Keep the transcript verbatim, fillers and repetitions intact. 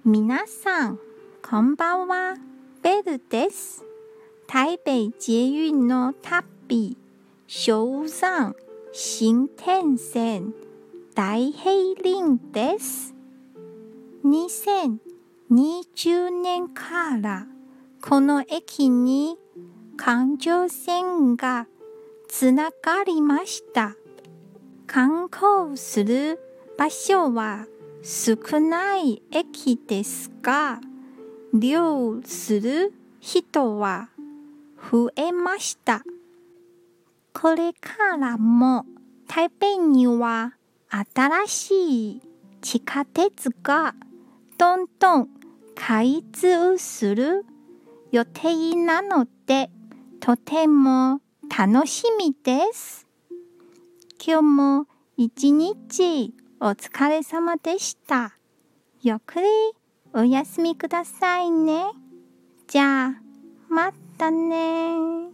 皆さん、こんばんは。ベルです。台北捷運の旅、小山新天線大平林です。にせんにじゅうねんからこの駅に環状線がつながりました。観光する場所は少ない駅ですが、利用する人は増えました。これからも台北には新しい地下鉄がどんどん開通する予定なので、とても楽しみです。今日も一日お疲れ様でした。ゆっくりお休みくださいね。じゃあ、またね。